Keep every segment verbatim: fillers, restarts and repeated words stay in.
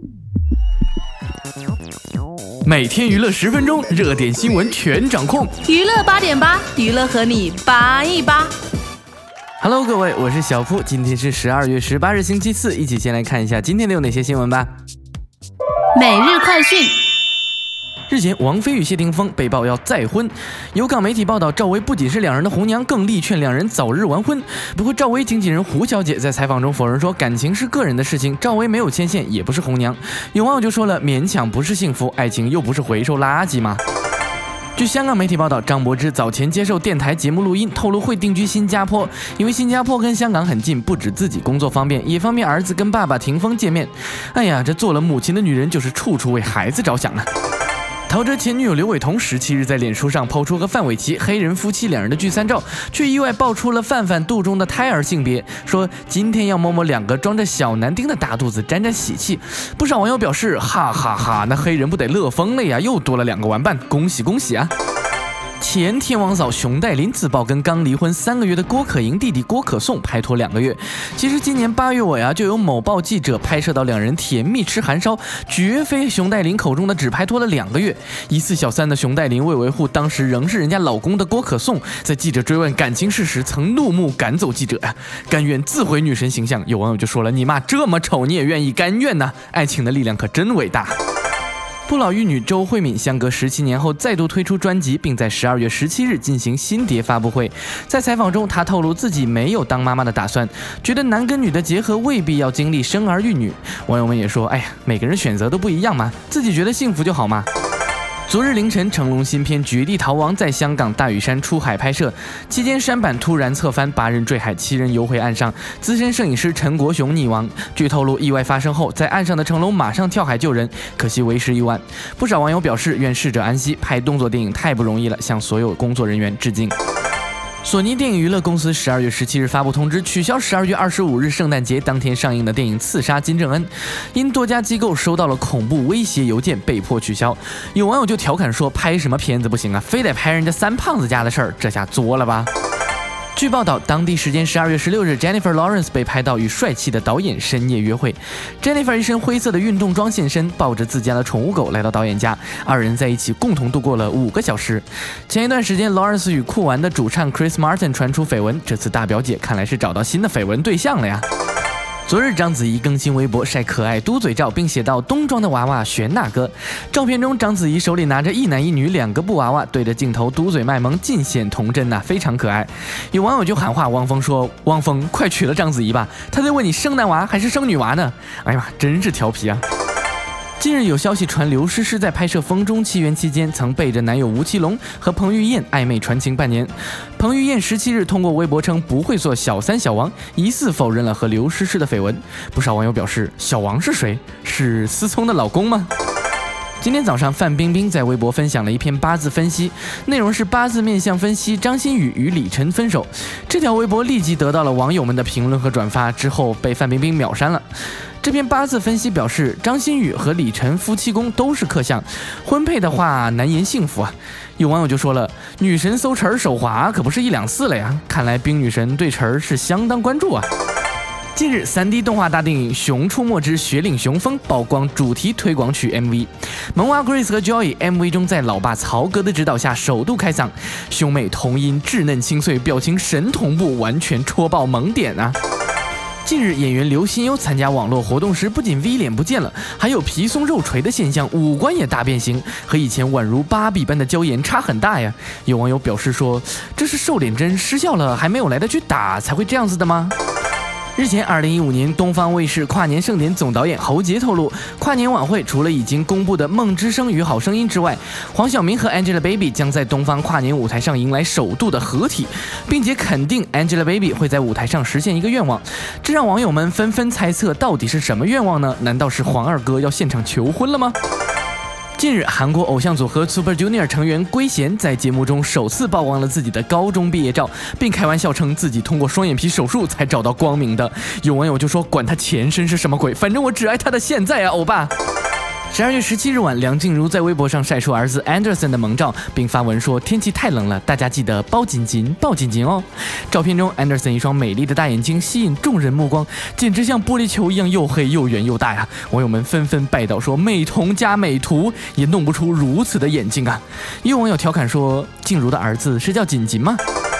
每天娱乐十分钟，热点新闻全掌控。 娱乐八点八，娱乐和你八一八。 Hello， 各位，我是小铺，今天是十二月十八日，星期四，一起先来看一下今天的有哪些新闻吧。 每日快讯。 日前，王菲与谢霆锋被曝要再婚，有港媒体报道，赵薇不仅是两人的红娘，更力劝两人早日完婚。不过，赵薇经纪人胡小姐在采访中否认说，感情是个人的事情，赵薇没有牵线，也不是红娘。有网友就说了，勉强不是幸福，爱情又不是回收垃圾吗？据香港媒体报道，张柏芝早前接受电台节目录音，透露会定居新加坡，因为新加坡跟香港很近，不止自己工作方便，也方便儿子跟爸爸霆锋见面。哎呀，这做了母亲的女人就是处处为孩子着想啊！陶喆前女友刘伟彤十七日在脸书上抛出和范玮琪黑人夫妻两人的聚餐照，却意外爆出了范范肚中的胎儿性别，说今天要摸摸两个装着小男丁的大肚子，沾沾喜气。不少网友表示，哈哈哈，那黑人不得乐疯了呀，又多了两个玩伴，恭喜恭喜啊！前天王嫂熊黛林自曝跟刚离婚三个月的郭可盈弟弟郭可颂拍拖两个月。其实今年八月尾啊，就有某报记者拍摄到两人甜蜜吃韩烧，绝非熊黛林口中的只拍拖了两个月。疑似小三的熊黛林为维护当时仍是人家老公的郭可颂，在记者追问感情事时，曾怒目赶走记者，甘愿自毁女神形象。有网友就说了，你妈这么丑你也愿意甘愿呢？爱情的力量可真伟大。不老玉女周慧敏相隔十七年后再度推出专辑，并在十二月十七日进行新碟发布会。在采访中，她透露自己没有当妈妈的打算，觉得男跟女的结合未必要经历生儿育女。网友们也说，哎呀，每个人选择都不一样嘛，自己觉得幸福就好嘛。昨日凌晨，成龙新片《绝地逃亡》在香港大屿山出海拍摄，期间舢板突然侧翻，八人坠海，七人游回岸上，资深摄影师陈国雄溺亡。据透露，意外发生后，在岸上的成龙马上跳海救人，可惜为时已晚。不少网友表示，愿逝者安息，拍动作电影太不容易了，向所有工作人员致敬。索尼电影娱乐公司十二月十七日发布通知，取消十二月二十五日圣诞节当天上映的电影《刺杀金正恩》，因多家机构收到了恐怖威胁邮件，被迫取消。有网友就调侃说，拍什么片子不行啊，非得拍人家三胖子家的事儿，这下作了吧？据报道，当地时间十二月十六日 ，Jennifer Lawrence 被拍到与帅气的导演深夜约会。Jennifer 一身灰色的运动装现身，抱着自家的宠物狗来到导演家，二人在一起共同度过了五个小时。前一段时间 ，Lawrence 与酷玩的主唱 Chris Martin 传出绯闻，这次大表姐看来是找到新的绯闻对象了呀。昨日，章子怡更新微博晒可爱嘟嘴照，并写道：“冬装的娃娃玄那哥。”照片中，章子怡手里拿着一男一女两个布娃娃，对着镜头嘟嘴卖萌，尽显童真呐、啊，非常可爱。有网友就喊话汪峰说：“汪峰，快娶了章子怡吧，他在问你生男娃还是生女娃呢？”哎呀妈，真是调皮啊！近日有消息传，刘诗诗在拍摄《风中奇缘》期间，曾背着男友吴奇隆和彭于晏暧昧传情半年。彭于晏十七日通过微博称不会做小三小王，疑似否认了和刘诗诗的绯闻。不少网友表示，小王是谁？是思聪的老公吗？今天早上，范冰冰在微博分享了一篇八字分析，内容是八字面相分析张馨予与李晨分手。这条微博立即得到了网友们的评论和转发，之后被范冰冰秒删了。这篇八字分析表示，张馨予和李晨夫妻宫都是克相，婚配的话难言幸福啊。有网友就说了，女神搜晨手滑可不是一两次了呀，看来冰女神对晨是相当关注啊。近日 ，三 D 动画大电影《熊出没之雪岭雄风》曝光主题推广曲 M V， 萌娃 Grace 和 Joy M V 中在老爸曹格的指导下首度开嗓，兄妹童音稚嫩清脆，表情神同步，完全戳爆萌点啊！近日，演员刘心悠参加网络活动时，不仅 V 脸不见了，还有皮松肉垂的现象，五官也大变形，和以前宛如芭比般的娇颜差很大呀。有网友表示说，这是瘦脸针失效了，还没有来得及打才会这样子的吗？日前，二零一五年东方卫视跨年盛典总导演侯杰透露，跨年晚会除了已经公布的《梦之声》与《好声音》之外，黄晓明和 Angelababy 将在东方跨年舞台上迎来首度的合体，并且肯定 Angelababy 会在舞台上实现一个愿望，这让网友们纷纷猜测到底是什么愿望呢？难道是黄二哥要现场求婚了吗？近日，韩国偶像组合 Super Junior 成员圭贤在节目中首次曝光了自己的高中毕业照，并开玩笑称自己通过双眼皮手术才找到光明的。有网友就说，管他前身是什么鬼，反正我只爱他的现在啊，欧巴。 十二月十七日晚，梁静茹在微博上晒出儿子 Anderson 的萌照，并发文说天气太冷了，大家记得包紧紧抱紧紧哦。照片中 Anderson 一双美丽的大眼睛吸引众人目光，简直像玻璃球一样又黑又圆又大呀！网友们纷纷拜倒说美瞳加美图也弄不出如此的眼睛啊。也有网友调侃说静茹的儿子是叫锦锦吗？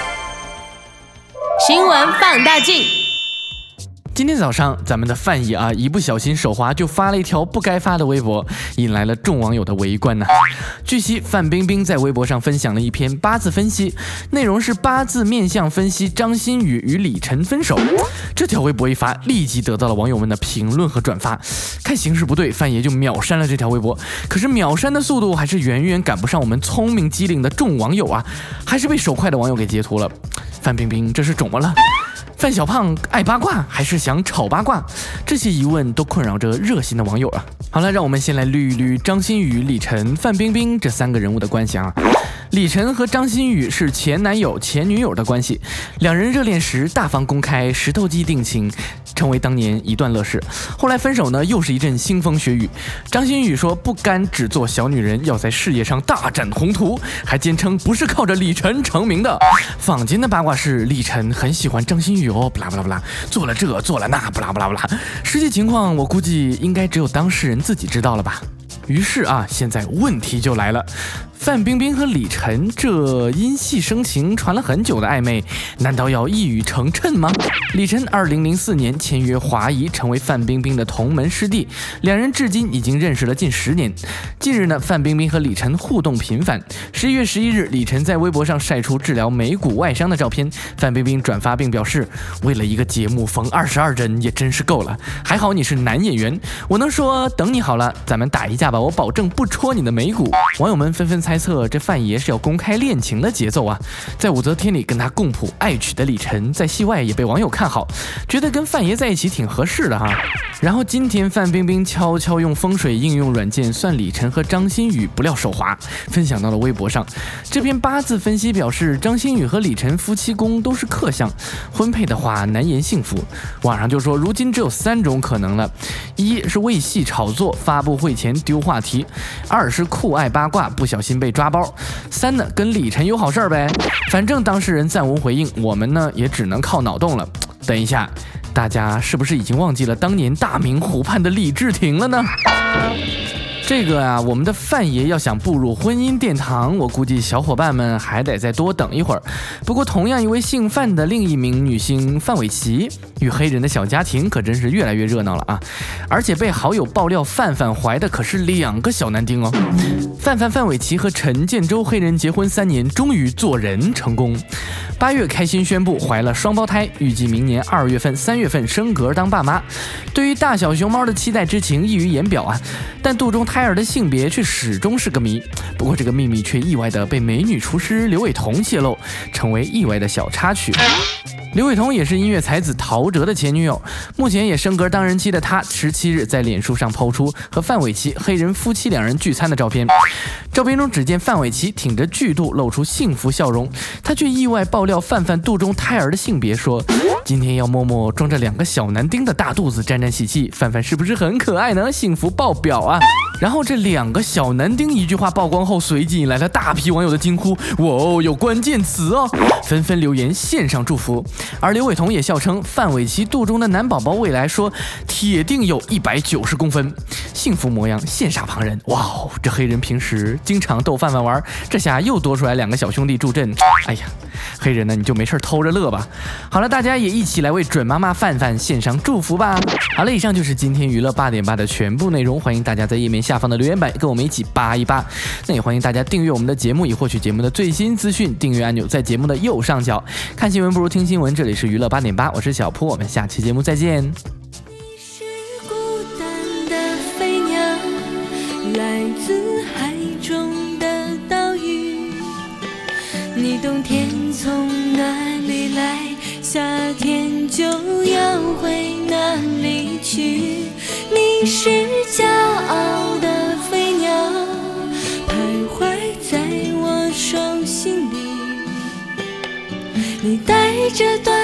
新闻放大镜。 今天早上，咱们的范爷啊，一不小心手滑就发了一条不该发的微博，引来了众网友的围观呢、啊。据悉，范冰冰在微博上分享了一篇八字分析，内容是八字面相分析张馨予与李晨分手。这条微博一发，立即得到了网友们的评论和转发。看形势不对，范爷就秒删了这条微博。可是秒删的速度还是远远赶不上我们聪明机灵的众网友啊，还是被手快的网友给截图了。范冰冰这是肿么了？范小胖爱八卦还是想炒八卦？这些疑问都困扰着热心的网友啊。好了，让我们先来捋一捋张馨予、李晨、范冰冰这三个人物的关系啊。李晨和张馨予是前男友、前女友的关系，两人热恋时大方公开，石头记定情，成为当年一段乐事。后来分手呢，又是一阵腥风血雨。张馨予说不甘只做小女人，要在事业上大展宏图，还坚称不是靠着李晨成名的。坊间的八卦是李晨很喜欢张馨予哦，不啦不啦不啦，做了这做了那，不啦不啦不啦。实际情况我估计应该只有当事人自己知道了吧。于是啊，现在问题就来了。范冰冰和李晨这因戏生情传了很久的暧昧，难道要一语成谶吗？李晨二零零四年签约华谊，成为范冰冰的同门师弟，两人至今已经认识了近十年。近日呢，范冰冰和李晨互动频繁。十一月十一日，李晨在微博上晒出治疗眉骨外伤的照片，范冰冰转发并表示，为了一个节目缝二十二针也真是够了，还好你是男演员，我能说等你好了，咱们打一架吧，我保证不戳你的眉骨。网友们纷纷猜测这范爷是要公开恋情的节奏啊。在武则天里跟他共谱爱曲的李晨，在戏外也被网友看好，觉得跟范爷在一起挺合适的哈。然后今天范冰冰悄悄用风水应用软件算李晨和张馨予，不料手滑，分享到了微博上。这篇八字分析表示，张馨予和李晨夫妻宫都是克相，婚配的话难言幸福。网上就说如今只有三种可能了：一是为戏炒作，发布会前丢话题；二是酷爱八卦，不小心被抓包；三呢，跟李晨有好事儿呗。反正当事人暂无回应，我们呢也只能靠脑洞了。等一下，大家是不是已经忘记了当年大明湖畔的李治廷了呢？这个啊，我们的范爷要想步入婚姻殿堂，我估计小伙伴们还得再多等一会儿。不过，同样一位姓范的另一名女星范玮琪与黑人的小家庭可真是越来越热闹了啊！而且被好友爆料范范怀的可是两个小男丁哦。范范范玮琪和陈建州黑人结婚三年，终于做人成功。八月开心宣布怀了双胞胎，预计明年二月份、三月份升格当爸妈。对于大小熊猫的期待之情溢于言表啊，但肚中胎儿的性别却始终是个谜。不过这个秘密却意外的被美女厨师刘伟彤泄露，成为意外的小插曲。刘伟彤也是音乐才子陶喆的前女友，目前也升格当人妻的她，十七日在脸书上抛出和范玮琪黑人夫妻两人聚餐的照片。照片中只见范玮琪挺着巨肚，露出幸福笑容，她却意外爆料范范肚中胎儿的性别，说今天要摸摸装着两个小男丁的大肚子，沾沾喜气，范范是不是很可爱呢？幸福爆表啊！然后这两个小男丁一句话曝光后，随即引来了大批网友的惊呼，哇哦，有关键词哦，纷纷留言献上祝福。而刘伟彤也笑称范玮琪肚中的男宝宝未来说铁定有一百九十公分，幸福模样羡煞旁人。哇哦，这黑人平时经常逗范范玩，这下又多出来两个小兄弟助阵。哎呀，黑人呢你就没事偷着乐吧。好了，大家也一起来为准妈妈范范献上祝福吧。好了，以上就是今天娱乐八点八的全部内容，欢迎大家在页面下方的留言板跟我们一起扒一扒。那也欢迎大家订阅我们的节目，以获取节目的最新资讯。订阅按钮在节目的右上角。看新闻不如听新闻，这里是娱乐八点八，我是小铺，我们下期节目再见。 你是孤单的飞鸟，来自海中的岛屿。你冬天从哪里来，夏天就要回哪里去。你是骄傲的飞鸟，徘徊在我手心里。你带着短